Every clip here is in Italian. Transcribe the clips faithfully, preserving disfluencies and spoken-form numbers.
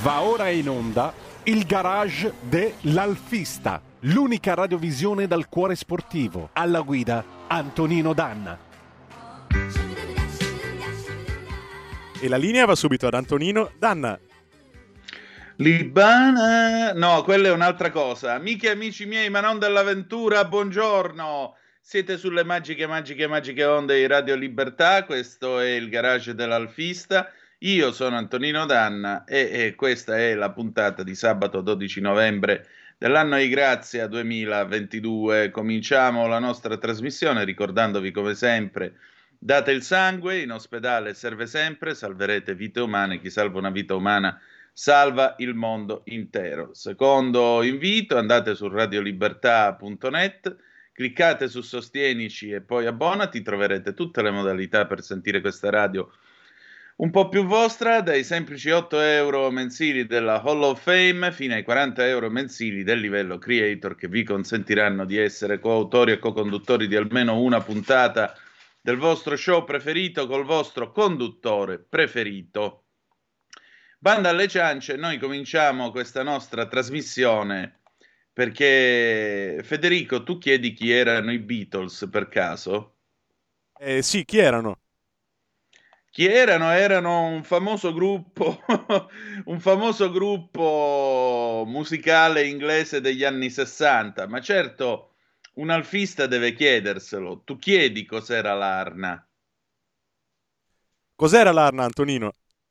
Va ora in onda il garage dell'Alfista, l'unica radiovisione dal cuore sportivo. Alla guida Antonino Danna. E la linea va subito ad Antonino Danna. Libana, no, quella è un'altra cosa. Amiche e amici miei, ma non dell'avventura, buongiorno. Siete sulle magiche, magiche, magiche onde di Radio Libertà. Questo è il garage dell'Alfista. Io sono Antonino Danna e, e questa è la puntata di sabato dodici novembre dell'anno di grazia duemilaventidue. Cominciamo la nostra trasmissione ricordandovi come sempre: date il sangue, in ospedale serve sempre, salverete vite umane, chi salva una vita umana salva il mondo intero. Secondo invito, andate su radiolibertà punto net, cliccate su Sostienici e poi abbonati, troverete tutte le modalità per sentire questa radio un po' più vostra, dai semplici otto euro mensili della Hall of Fame fino ai quaranta euro mensili del livello Creator, che vi consentiranno di essere coautori e co-conduttori di almeno una puntata del vostro show preferito col vostro conduttore preferito. Banda alle ciance, noi cominciamo questa nostra trasmissione perché, Federico, tu chiedi chi erano i Beatles per caso? Eh sì, chi erano? Chi erano? Erano un famoso gruppo, un famoso gruppo musicale inglese degli anni sessanta, ma certo un alfista deve chiederselo. Tu chiedi cos'era l'Arna. Cos'era l'Arna, Antonino?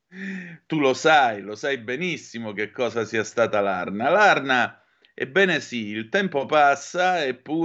Tu lo sai, lo sai benissimo che cosa sia stata l'Arna. L'Arna, ebbene sì, il tempo passa,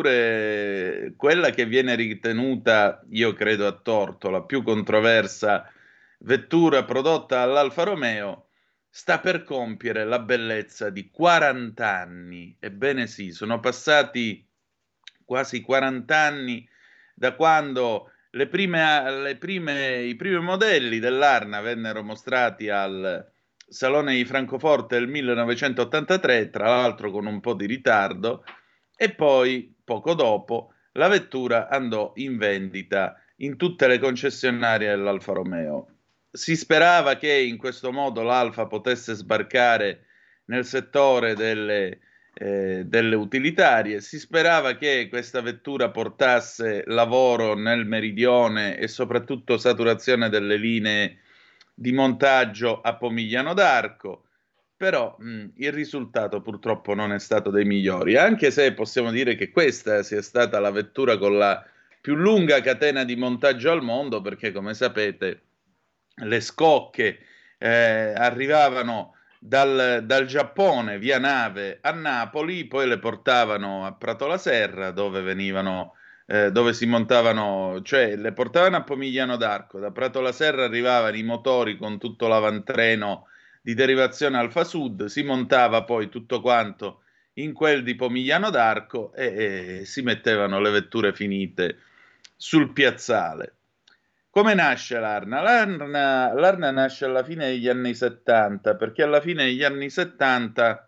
eppure quella che viene ritenuta, io credo a torto, la più controversa vettura prodotta all'Alfa Romeo, sta per compiere la bellezza di quaranta anni. Ebbene sì, sono passati quasi quaranta anni da quando le prime, le prime, i primi modelli dell'Arna vennero mostrati al Salone di Francoforte del millenovecentottantatré, tra l'altro con un po' di ritardo, e poi poco dopo la vettura andò in vendita in tutte le concessionarie dell'Alfa Romeo. Si sperava che in questo modo l'Alfa potesse sbarcare nel settore delle eh, delle utilitarie. Si sperava che questa vettura portasse lavoro nel meridione e soprattutto saturazione delle linee di montaggio a Pomigliano d'Arco, però mh, il risultato purtroppo non è stato dei migliori, anche se possiamo dire che questa sia stata la vettura con la più lunga catena di montaggio al mondo, perché come sapete le scocche eh, arrivavano dal, dal Giappone via nave a Napoli, poi le portavano a Pratola Serra dove venivano, eh, dove si montavano, cioè le portavano a Pomigliano d'Arco, da Pratola Serra arrivavano i motori con tutto l'avantreno di derivazione Alfa Sud, si montava poi tutto quanto in quel di Pomigliano d'Arco e, e si mettevano le vetture finite sul piazzale. Come nasce l'Arna? L'Arna, L'Arna nasce alla fine degli anni settanta, perché alla fine degli anni settanta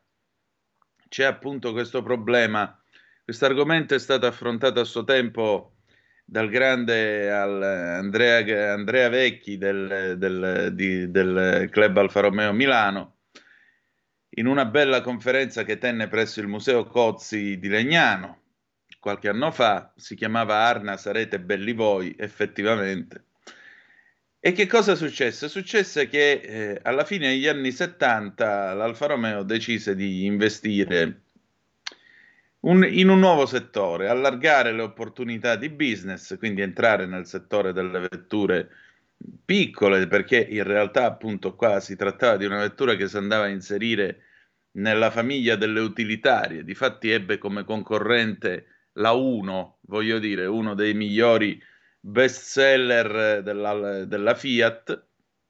c'è appunto questo problema. Questo argomento è stato affrontato a suo tempo dal grande al Andrea, Andrea Vecchi del, del, di- del Club Alfa Romeo Milano, in una bella conferenza che tenne presso il Museo Cozzi di Legnano qualche anno fa. Si chiamava Arna, sarete belli voi, effettivamente. E che cosa successe? Successe che eh, alla fine degli anni settanta l'Alfa Romeo decise di investire un- in un nuovo settore, allargare le opportunità di business, quindi entrare nel settore delle vetture piccole, perché in realtà appunto qua si trattava di una vettura che si andava a inserire nella famiglia delle utilitarie. Difatti ebbe come concorrente la Uno, voglio dire, uno dei migliori best seller della, della Fiat,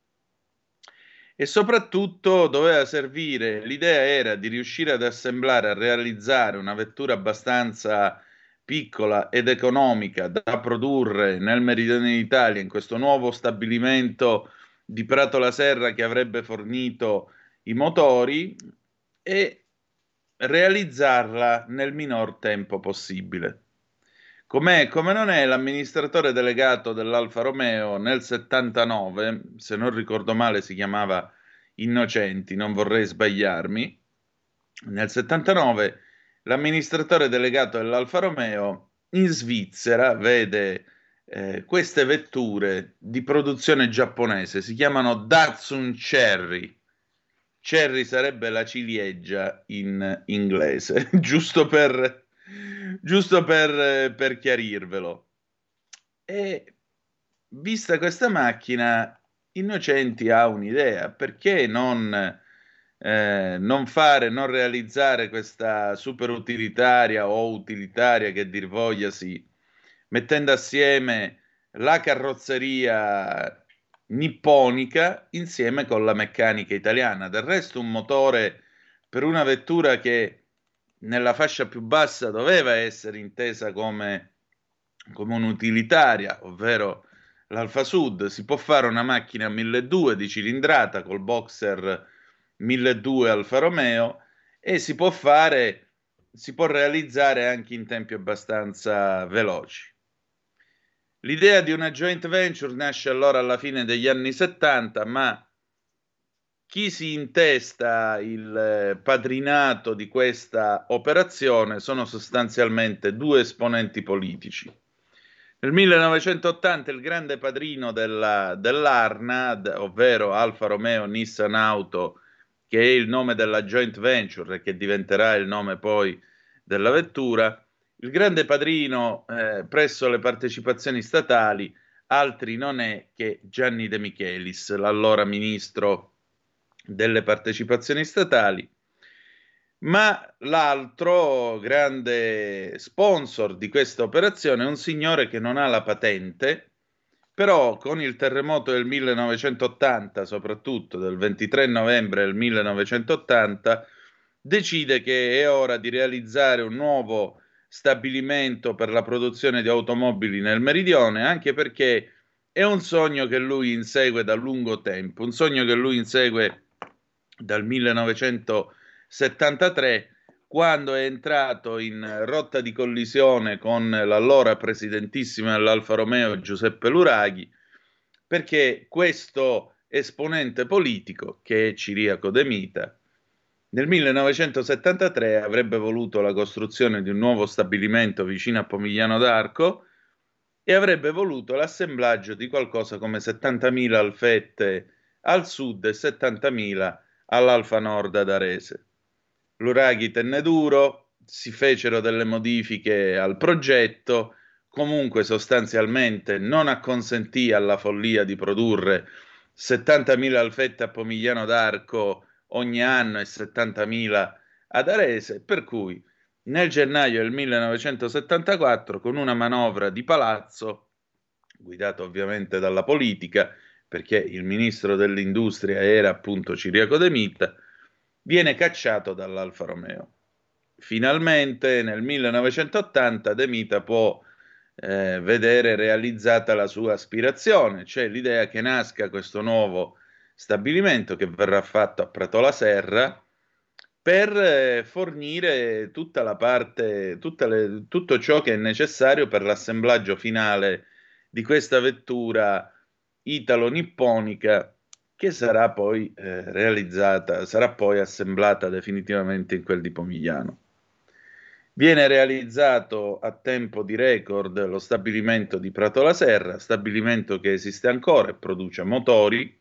e soprattutto doveva servire, l'idea era di riuscire ad assemblare, a realizzare una vettura abbastanza piccola ed economica da produrre nel meridione d'Italia, in questo nuovo stabilimento di Prato la Serra che avrebbe fornito i motori, e realizzarla nel minor tempo possibile. Com'è, come non è, l'amministratore delegato dell'Alfa Romeo nel settantanove, se non ricordo male si chiamava innocenti, non vorrei sbagliarmi. Nel settantanove l'amministratore delegato dell'Alfa Romeo in Svizzera vede eh, queste vetture di produzione giapponese, si chiamano Datsun Cherry. Cherry sarebbe la ciliegia in inglese, giusto per, giusto per, per chiarirvelo. E vista questa macchina, Innocenti ha un'idea, perché non, eh, non fare, non realizzare questa super utilitaria o utilitaria che dir voglia sì, mettendo assieme la carrozzeria nipponica insieme con la meccanica italiana. Del resto un motore per una vettura che nella fascia più bassa doveva essere intesa come, come un'utilitaria, ovvero l'Alfa Sud, si può fare una macchina milleduecento di cilindrata col boxer milleduecento Alfa Romeo e si può fare, si può realizzare anche in tempi abbastanza veloci. L'idea di una joint venture nasce allora alla fine degli anni settanta, ma chi si intesta il padrinato di questa operazione sono sostanzialmente due esponenti politici. Nel millenovecentottanta il grande padrino della, dell'Arna, ovvero Alfa Romeo Nissan Auto, che è il nome della joint venture e che diventerà il nome poi della vettura, il grande padrino eh, presso le partecipazioni statali, altri non è che Gianni De Michelis, l'allora ministro delle partecipazioni statali, ma l'altro grande sponsor di questa operazione è un signore che non ha la patente, però con il terremoto del millenovecentottanta, soprattutto del ventitré novembre del millenovecentottanta, decide che è ora di realizzare un nuovo stabilimento per la produzione di automobili nel meridione, anche perché è un sogno che lui insegue da lungo tempo, un sogno che lui insegue dal millenovecentosettantatré, quando è entrato in rotta di collisione con l'allora presidentissimo dell'Alfa Romeo Giuseppe Luraghi, perché questo esponente politico, che è Ciriaco De Mita, nel millenovecentosettantatré avrebbe voluto la costruzione di un nuovo stabilimento vicino a Pomigliano d'Arco e avrebbe voluto l'assemblaggio di qualcosa come settantamila alfette al sud e settantamila all'Alfa Nord ad Arese. Luraghi tenne duro, si fecero delle modifiche al progetto, comunque sostanzialmente non acconsentì alla follia di produrre settantamila alfette a Pomigliano d'Arco ogni anno e settantamila ad Arese, per cui nel gennaio del millenovecentosettantaquattro, con una manovra di palazzo, guidata ovviamente dalla politica, perché il ministro dell'industria era appunto Ciriaco De Mita, viene cacciato dall'Alfa Romeo. Finalmente nel millenovecentottanta De Mita può eh, vedere realizzata la sua aspirazione, cioè l'idea che nasca questo nuovo stabilimento che verrà fatto a Pratola Serra per eh, fornire tutta la parte, tutta le, tutto ciò che è necessario per l'assemblaggio finale di questa vettura italo-nipponica che sarà poi eh, realizzata, sarà poi assemblata definitivamente in quel di Pomigliano. Viene realizzato a tempo di record lo stabilimento di Pratola Serra, stabilimento che esiste ancora e produce motori,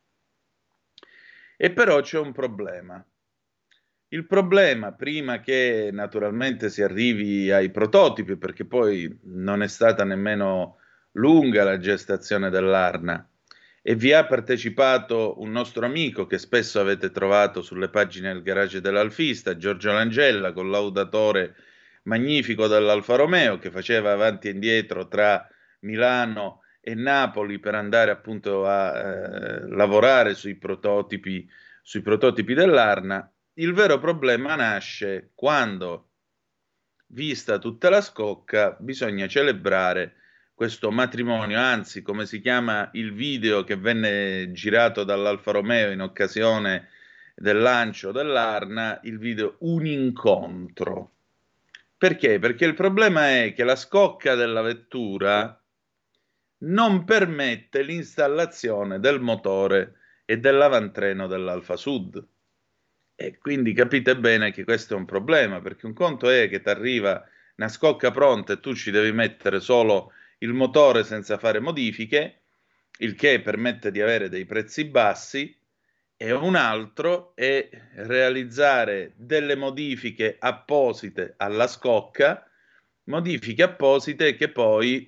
e però c'è un problema. Il problema, prima che naturalmente si arrivi ai prototipi, perché poi non è stata nemmeno lunga la gestazione dell'Arna, e vi ha partecipato un nostro amico che spesso avete trovato sulle pagine del garage dell'Alfista, Giorgio Langella, collaudatore magnifico dell'Alfa Romeo, che faceva avanti e indietro tra Milano e Napoli per andare appunto a eh, lavorare sui prototipi, sui prototipi dell'Arna. Il vero problema nasce quando, vista tutta la scocca, bisogna celebrare questo matrimonio, anzi, come si chiama il video che venne girato dall'Alfa Romeo in occasione del lancio dell'Arna, il video Un incontro. Perché? Perché il problema è che la scocca della vettura non permette l'installazione del motore e dell'avantreno dell'Alfa Sud. E quindi capite bene che questo è un problema, perché un conto è che ti arriva una scocca pronta e tu ci devi mettere solo il motore senza fare modifiche, il che permette di avere dei prezzi bassi, e un altro è realizzare delle modifiche apposite alla scocca, modifiche apposite che poi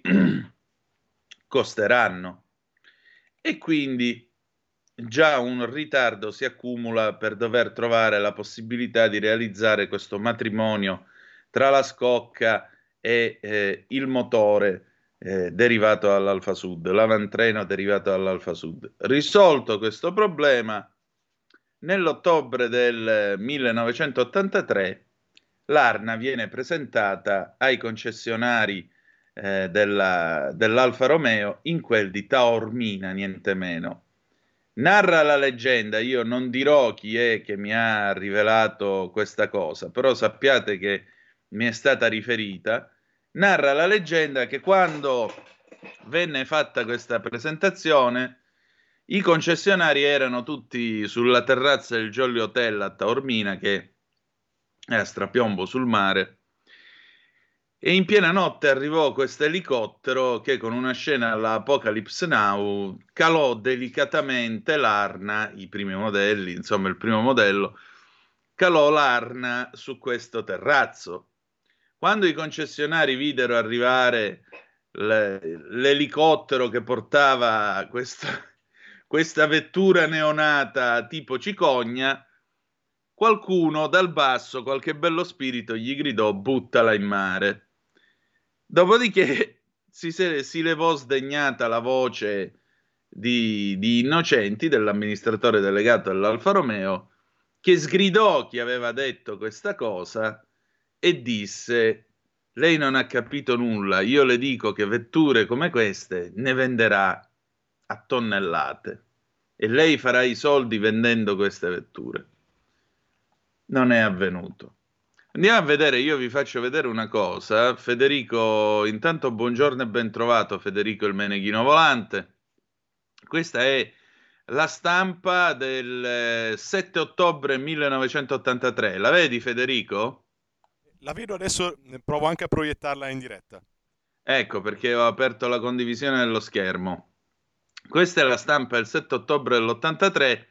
costeranno. E quindi già un ritardo si accumula per dover trovare la possibilità di realizzare questo matrimonio tra la scocca e eh, il motore eh, derivato dall'Alfa Sud, l'avantreno derivato dall'Alfa Sud. Risolto questo problema, nell'ottobre del millenovecentottantatré l'Arna viene presentata ai concessionari eh, della, dell'Alfa Romeo in quel di Taormina, niente meno. Narra la leggenda, io non dirò chi è che mi ha rivelato questa cosa, però sappiate che mi è stata riferita. Narra la leggenda che quando venne fatta questa presentazione, i concessionari erano tutti sulla terrazza del Jolly Hotel a Taormina, che è a strapiombo sul mare, e in piena notte arrivò questo elicottero che con una scena alla Apocalypse Now calò delicatamente l'Arna, i primi modelli, insomma il primo modello, calò l'Arna su questo terrazzo. Quando i concessionari videro arrivare le, l'elicottero che portava questa, questa vettura neonata tipo cicogna, qualcuno dal basso, qualche bello spirito, gli gridò: buttala in mare. Dopodiché si, si levò sdegnata la voce di, di Innocenti, dell'amministratore delegato dell'Alfa Romeo, che sgridò chi aveva detto questa cosa e disse: lei non ha capito nulla, io le dico che vetture come queste ne venderà a tonnellate e lei farà i soldi vendendo queste vetture. Non è avvenuto. Andiamo a vedere, io vi faccio vedere una cosa. Federico, intanto buongiorno e ben trovato Federico il Meneghino Volante. Questa è la stampa del sette ottobre millenovecentottantatré. La vedi Federico? La vedo adesso, provo anche a proiettarla in diretta. Ecco perché ho aperto la condivisione dello schermo. Questa è la stampa del sette ottobre dell'ottantatré.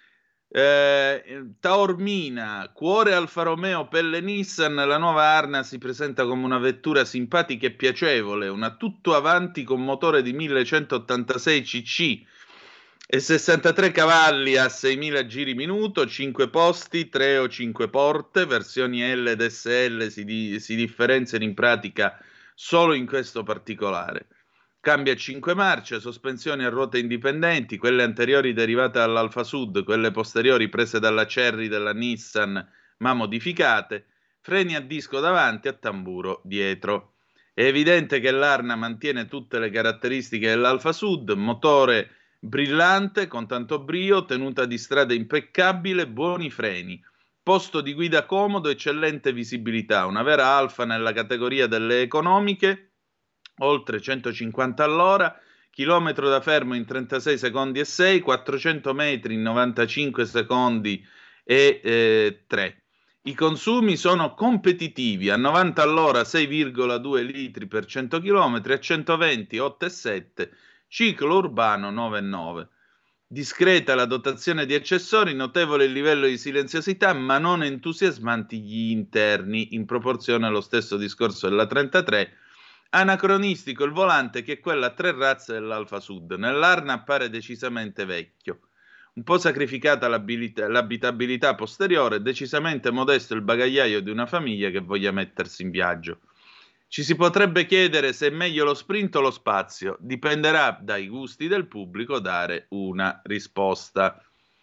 Eh, Taormina, cuore Alfa Romeo, pelle Nissan, la nuova Arna si presenta come una vettura simpatica e piacevole, una tutto avanti con motore di millecentottantasei cc e sessantatré cavalli a seimila giri minuto, cinque posti, tre o cinque porte, versioni L ed S L si, di, si differenziano in pratica solo in questo particolare. Cambia a cinque marce, sospensioni a ruote indipendenti, quelle anteriori derivate dall'Alfa Sud, quelle posteriori prese dalla Cherry della Nissan ma modificate, freni a disco davanti e a tamburo dietro. È evidente che l'Arna mantiene tutte le caratteristiche dell'Alfa Sud, motore brillante, con tanto brio, tenuta di strada impeccabile, buoni freni, posto di guida comodo, eccellente visibilità, una vera alfa nella categoria delle economiche, oltre centocinquanta all'ora, chilometro da fermo in trentasei secondi e sei, quattrocento metri in novantacinque secondi e eh, tre. I consumi sono competitivi, a novanta all'ora sei virgola due litri per cento chilometri, a centoventi otto virgola sette, ciclo urbano nove virgola nove. Discreta la dotazione di accessori, notevole il livello di silenziosità, ma non entusiasmanti gli interni, in proporzione allo stesso discorso della trentatré. Anacronistico il volante, che è quella a tre razze dell'Alfa Sud. Nell'Arna appare decisamente vecchio. Un po' sacrificata l'abitabilità posteriore, decisamente modesto il bagagliaio di una famiglia che voglia mettersi in viaggio. Ci si potrebbe chiedere se è meglio lo sprint o lo spazio. Dipenderà dai gusti del pubblico dare una risposta.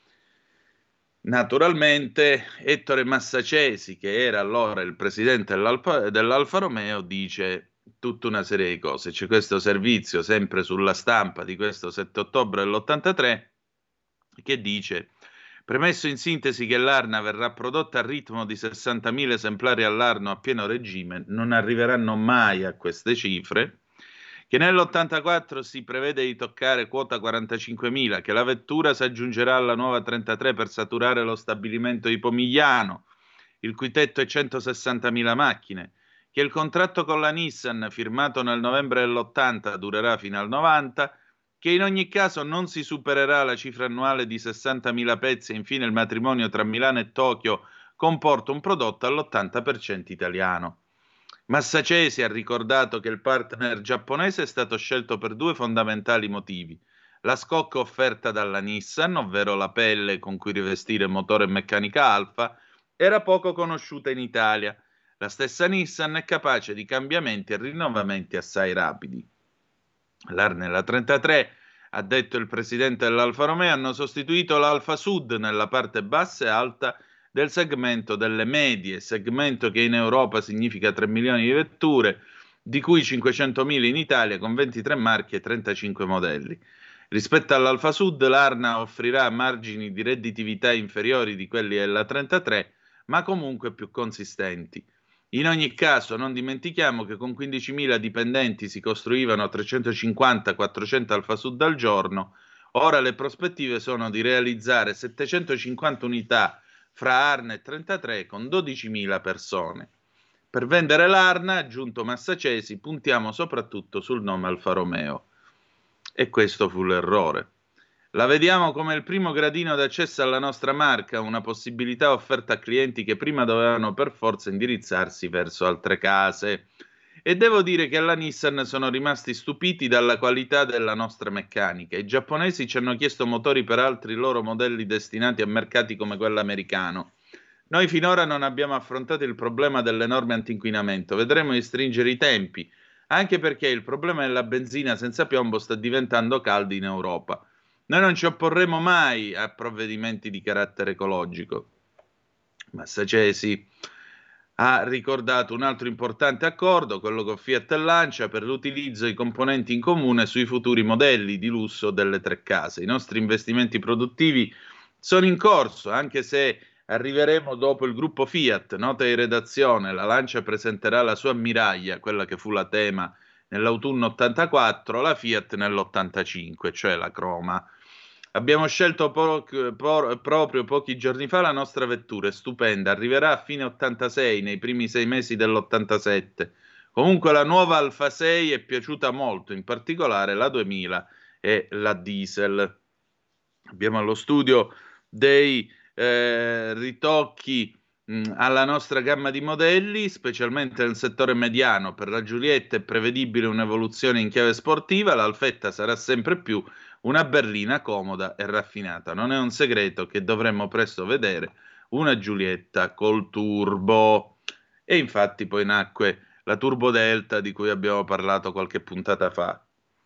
Naturalmente Ettore Massacesi, che era allora il presidente dell'Alfa, dell'Alfa Romeo, dice tutta una serie di cose. C'è questo servizio sempre sulla stampa di questo sette ottobre dell'ottantatré che dice: premesso in sintesi che l'Arna verrà prodotta a ritmo di sessantamila esemplari all'anno a pieno regime, non arriveranno mai a queste cifre, che nell'ottantaquattro si prevede di toccare quota quarantacinquemila, che la vettura si aggiungerà alla nuova trentatré per saturare lo stabilimento di Pomigliano, il cui tetto è centosessantamila macchine, che il contratto con la Nissan, firmato nel novembre dell'ottanta, durerà fino al novanta, che in ogni caso non si supererà la cifra annuale di sessantamila pezzi e infine il matrimonio tra Milano e Tokyo comporta un prodotto all'ottanta per cento italiano. Massacesi ha ricordato che il partner giapponese è stato scelto per due fondamentali motivi: la scocca offerta dalla Nissan, ovvero la pelle con cui rivestire motore e meccanica Alfa, era poco conosciuta in Italia. La stessa Nissan è capace di cambiamenti e rinnovamenti assai rapidi. L'A R nella trentatré, ha detto il presidente dell'Alfa Romeo, hanno sostituito l'Alfa Sud nella parte bassa e alta del segmento delle medie, segmento che in Europa significa tre milioni di vetture, di cui cinquecentomila in Italia con ventitré marchi e trentacinque modelli. Rispetto all'Alfa Sud, l'Arna offrirà margini di redditività inferiori di quelli della trentatré, ma comunque più consistenti. In ogni caso, non dimentichiamo che con quindicimila dipendenti si costruivano trecentocinquanta quattrocento Alfa Sud al giorno, ora le prospettive sono di realizzare settecentocinquanta unità fra Arna e trentatré con dodicimila persone. Per vendere l'Arna, ha aggiunto Massacesi, puntiamo soprattutto sul nome Alfa Romeo. E questo fu l'errore. La vediamo come il primo gradino d'accesso alla nostra marca, una possibilità offerta a clienti che prima dovevano per forza indirizzarsi verso altre case. E devo dire che alla Nissan sono rimasti stupiti dalla qualità della nostra meccanica. I giapponesi ci hanno chiesto motori per altri loro modelli destinati a mercati come quello americano. Noi finora non abbiamo affrontato il problema dell'enorme antinquinamento, vedremo di stringere i tempi, anche perché il problema della benzina senza piombo sta diventando caldo in Europa. Noi non ci opporremo mai a provvedimenti di carattere ecologico. Massacesi ha ricordato un altro importante accordo, quello con Fiat e Lancia, per l'utilizzo di componenti in comune sui futuri modelli di lusso delle tre case. I nostri investimenti produttivi sono in corso, anche se arriveremo dopo il gruppo Fiat. Nota di redazione: la Lancia presenterà la sua ammiraglia, quella che fu la Tema, nell'autunno ottantaquattro, la Fiat nell'ottantacinque, cioè la Croma. Abbiamo scelto po- po- proprio pochi giorni fa la nostra vettura, è stupenda, arriverà a fine ottantasei, nei primi sei mesi dell'ottantasette. Comunque la nuova Alfa sei è piaciuta molto, in particolare la duemila e la diesel. Abbiamo allo studio dei eh, ritocchi mh, alla nostra gamma di modelli, specialmente nel settore mediano. Per la Giulietta è prevedibile un'evoluzione in chiave sportiva, l'Alfetta sarà sempre più una berlina comoda e raffinata. Non è un segreto che dovremmo presto vedere una Giulietta col turbo. E infatti poi nacque la Turbo Delta di cui abbiamo parlato qualche puntata fa.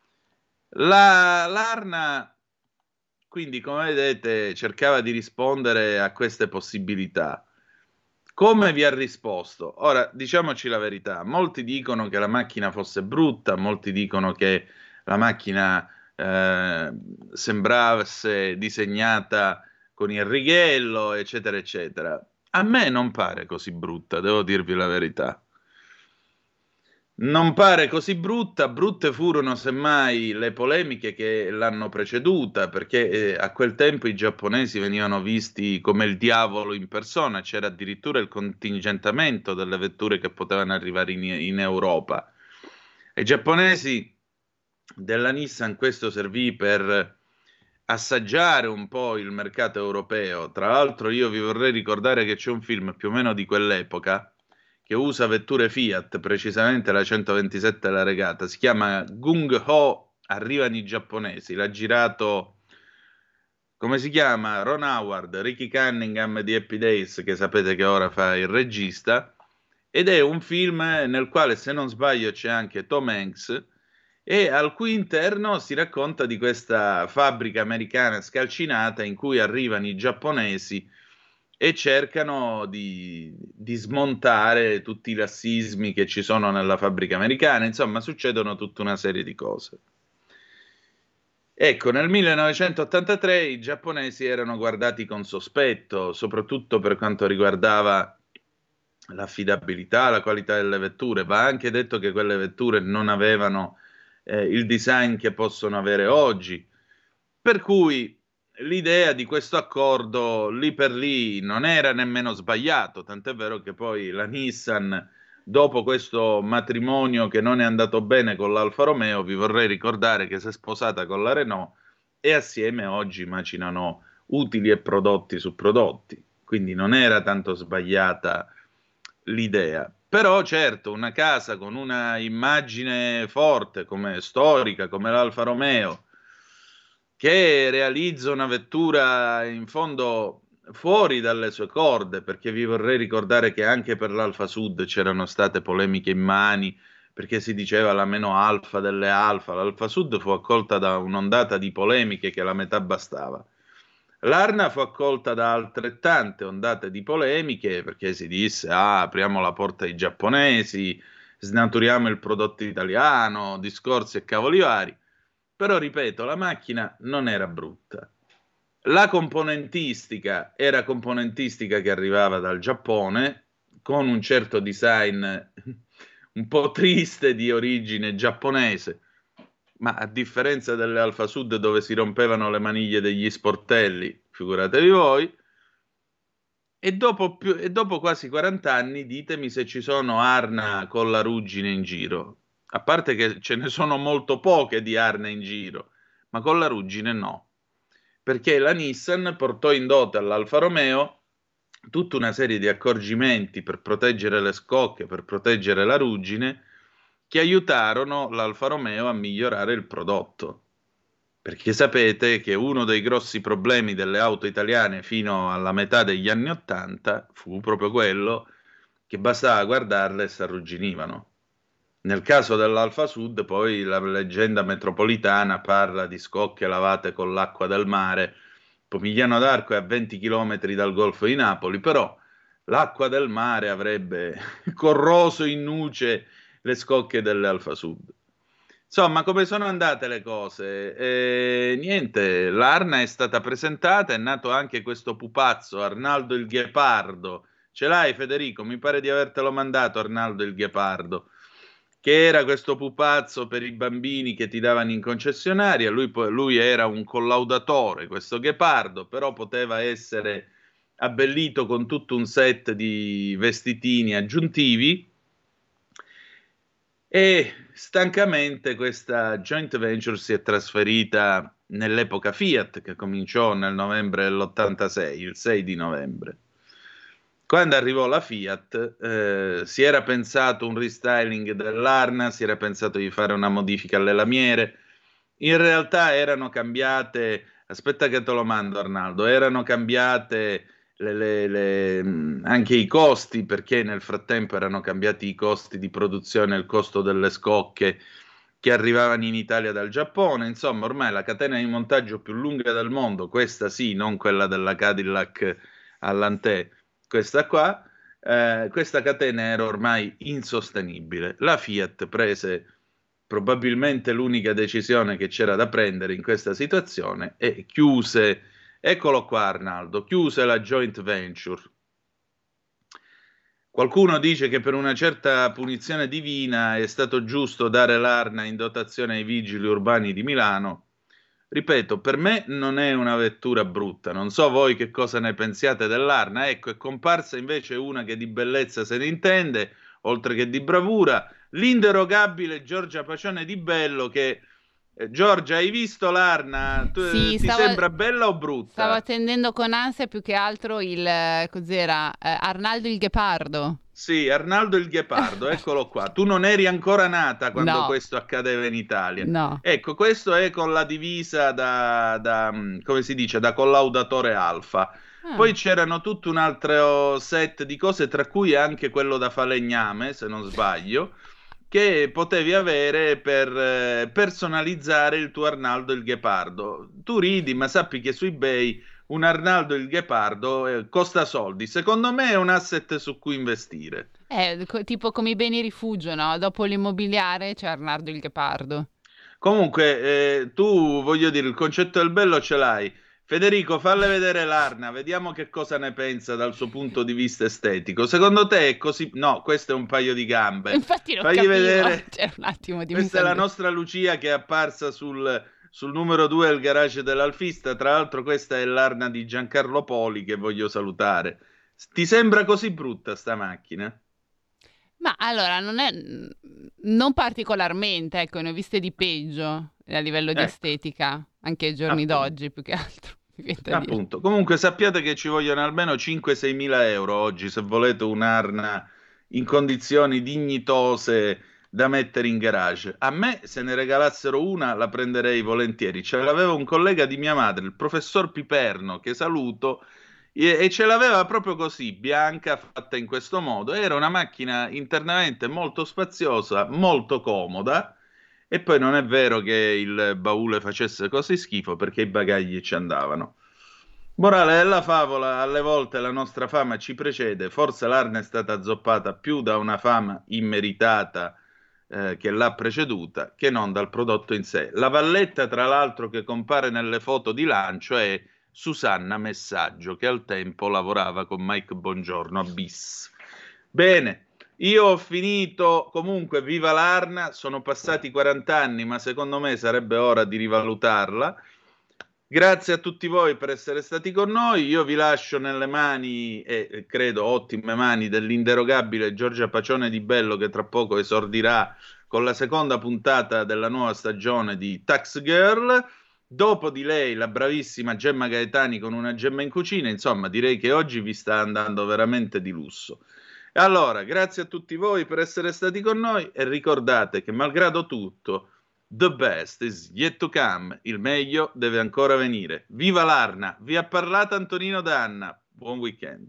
La, L'Arna, quindi, come vedete, cercava di rispondere a queste possibilità. Come vi ha risposto? Ora, diciamoci la verità, molti dicono che la macchina fosse brutta, molti dicono che la macchina eh, sembrasse disegnata con il righello, eccetera, eccetera. A me non pare così brutta, devo dirvi la verità. Non pare così brutta, brutte furono semmai le polemiche che l'hanno preceduta, perché eh, a quel tempo i giapponesi venivano visti come il diavolo in persona, c'era addirittura il contingentamento delle vetture che potevano arrivare in, in Europa. Ai giapponesi della Nissan questo servì per assaggiare un po' il mercato europeo. Tra l'altro io vi vorrei ricordare che c'è un film più o meno di quell'epoca che usa vetture Fiat, precisamente la centoventisette alla regata, si chiama Gung Ho, arrivano i giapponesi, l'ha girato, come si chiama? Ron Howard, Ricky Cunningham di Happy Days, che sapete che ora fa il regista, ed è un film nel quale, se non sbaglio, c'è anche Tom Hanks, e al cui interno si racconta di questa fabbrica americana scalcinata in cui arrivano i giapponesi e cercano di, di smontare tutti i lassismi che ci sono nella fabbrica americana. Insomma, succedono tutta una serie di cose. Ecco, nel millenovecentottantatré i giapponesi erano guardati con sospetto, soprattutto per quanto riguardava l'affidabilità, la qualità delle vetture. Va anche detto che quelle vetture non avevano eh, il design che possono avere oggi. Per cui l'idea di questo accordo lì per lì non era nemmeno sbagliato, tant'è vero che poi la Nissan, dopo questo matrimonio che non è andato bene con l'Alfa Romeo, vi vorrei ricordare che si è sposata con la Renault e assieme oggi macinano utili e prodotti su prodotti, quindi non era tanto sbagliata l'idea. Però certo, una casa con una immagine forte, come storica, come l'Alfa Romeo, che realizza una vettura in fondo fuori dalle sue corde, perché vi vorrei ricordare che anche per l'Alfa Sud c'erano state polemiche immani, perché si diceva la meno alfa delle alfa. L'Alfa Sud fu accolta da un'ondata di polemiche che la metà bastava. L'Arna fu accolta da altrettante ondate di polemiche, perché si disse, ah, apriamo la porta ai giapponesi, snaturiamo il prodotto italiano, discorsi e cavoli vari. Però, ripeto, la macchina non era brutta. La componentistica era componentistica che arrivava dal Giappone, con un certo design un po' triste di origine giapponese, ma a differenza delle Alfa Sud dove si rompevano le maniglie degli sportelli, figuratevi voi. E dopo, più, e dopo quasi quaranta anni ditemi se ci sono Arna con la ruggine in giro. A parte che ce ne sono molto poche di Arna in giro, ma con la ruggine no. Perché la Nissan portò in dote all'Alfa Romeo tutta una serie di accorgimenti per proteggere le scocche, per proteggere la ruggine, che aiutarono l'Alfa Romeo a migliorare il prodotto. Perché sapete che uno dei grossi problemi delle auto italiane fino alla metà degli anni Ottanta fu proprio quello che bastava guardarle e si arrugginivano. Nel caso dell'Alfa Sud, poi la leggenda metropolitana parla di scocche lavate con l'acqua del mare. Pomigliano d'Arco è a venti chilometri dal Golfo di Napoli, però l'acqua del mare avrebbe corroso in nuce le scocche dell'Alfa Sud. Insomma, come sono andate le cose? Eh, niente, l'Arna è stata presentata, è nato anche questo pupazzo, Arnaldo il Ghepardo. Ce l'hai, Federico? Mi pare di avertelo mandato, Arnaldo il Ghepardo, che era questo pupazzo per i bambini che ti davano in concessionaria. Lui, lui era un collaudatore, questo Ghepardo, però poteva essere abbellito con tutto un set di vestitini aggiuntivi. E stancamente questa joint venture si è trasferita nell'epoca Fiat, che cominciò nel novembre dell'ottantasei, il sei di novembre. Quando arrivò la Fiat, eh, si era pensato un restyling dell'Arna, si era pensato di fare una modifica alle lamiere. In realtà erano cambiate, aspetta che te lo mando Arnaldo, erano cambiate le, le, le, anche i costi, perché nel frattempo erano cambiati i costi di produzione, il costo delle scocche che arrivavano in Italia dal Giappone. Insomma, ormai la catena di montaggio più lunga del mondo, questa sì, non quella della Cadillac all'Antè, questa qua, eh, questa catena era ormai insostenibile. La Fiat prese probabilmente l'unica decisione che c'era da prendere in questa situazione e chiuse, eccolo qua Arnaldo, chiuse la joint venture. Qualcuno dice che per una certa punizione divina è stato giusto dare l'Arna in dotazione ai vigili urbani di Milano. Ripeto, per me non è una vettura brutta, non so voi che cosa ne pensiate dell'Arna. Ecco, è comparsa invece una che di bellezza se ne intende, oltre che di bravura, l'inderogabile Giorgia Pacione di Bello che... Eh, Giorgia, hai visto l'Arna? Tu, Sì, ti stavo, sembra bella o brutta? Stavo attendendo con ansia più che altro il, eh, cos'era, eh, Arnaldo il Ghepardo. Sì, Arnaldo il Ghepardo, eccolo qua. Tu non eri ancora nata quando No. questo accadeva in Italia. No. Ecco, questo è con la divisa da, da come si dice, da collaudatore alfa. Ah. Poi c'erano tutto un altro set di cose, tra cui anche quello da falegname, se non sbaglio, che potevi avere per eh, personalizzare il tuo Arnaldo il Ghepardo. Tu ridi, ma sappi che su eBay un Arnaldo il Ghepardo eh, costa soldi. Secondo me è un asset su cui investire. Eh, co- tipo come i beni rifugio, no? Dopo l'immobiliare c'è Arnaldo il Ghepardo. Comunque, eh, tu, voglio dire, il concetto del bello ce l'hai. Federico, falle vedere l'Arna, vediamo che cosa ne pensa dal suo punto di vista estetico. Secondo te è così? No, questo è un paio di gambe. Infatti lo Fagli capivo, vedere. c'era un attimo di Questa è la nostra Lucia che è apparsa sul, sul numero due del garage dell'Alfista. Tra l'altro questa è l'Arna di Giancarlo Poli che voglio salutare. Ti sembra così brutta sta macchina? Ma allora, non è non particolarmente, ecco, ne ho viste di peggio a livello di Ecco. estetica, anche ai giorni Appunto. d'oggi più che altro. mi viene da dire. Appunto. Comunque sappiate che ci vogliono almeno cinque sei mila euro oggi se volete un'Arna in condizioni dignitose da mettere in garage. A me, se ne regalassero una, la prenderei volentieri. Ce l'aveva un collega di mia madre, il professor Piperno, che saluto, e, e ce l'aveva proprio così, bianca, fatta in questo modo. Era una macchina internamente molto spaziosa, molto comoda, e poi non è vero che il baule facesse così schifo, perché i bagagli ci andavano. Morale della favola, alle volte la nostra fama ci precede, forse l'Arna è stata azzoppata più da una fama immeritata eh, che l'ha preceduta, che non dal prodotto in sé. La valletta, tra l'altro, che compare nelle foto di lancio è Susanna Messaggio, che al tempo lavorava con Mike Bongiorno a Bis. Bene, io ho finito, comunque viva l'Arna, sono passati quaranta anni, ma secondo me sarebbe ora di rivalutarla. Grazie a tutti voi per essere stati con noi, io vi lascio nelle mani, e eh, credo ottime mani, dell'inderogabile Giorgia Pacione di Bello, che tra poco esordirà con la seconda puntata della nuova stagione di Tax Girl. Dopo di lei la bravissima Gemma Gaetani con Una Gemma in cucina. Insomma, direi che oggi vi sta andando veramente di lusso. Allora, grazie a tutti voi per essere stati con noi e ricordate che malgrado tutto, the best is yet to come, il meglio deve ancora venire. Viva l'Arna, vi ha parlato Antonino Danna, buon weekend.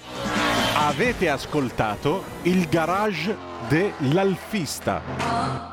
Avete ascoltato il garage dell'Alfista.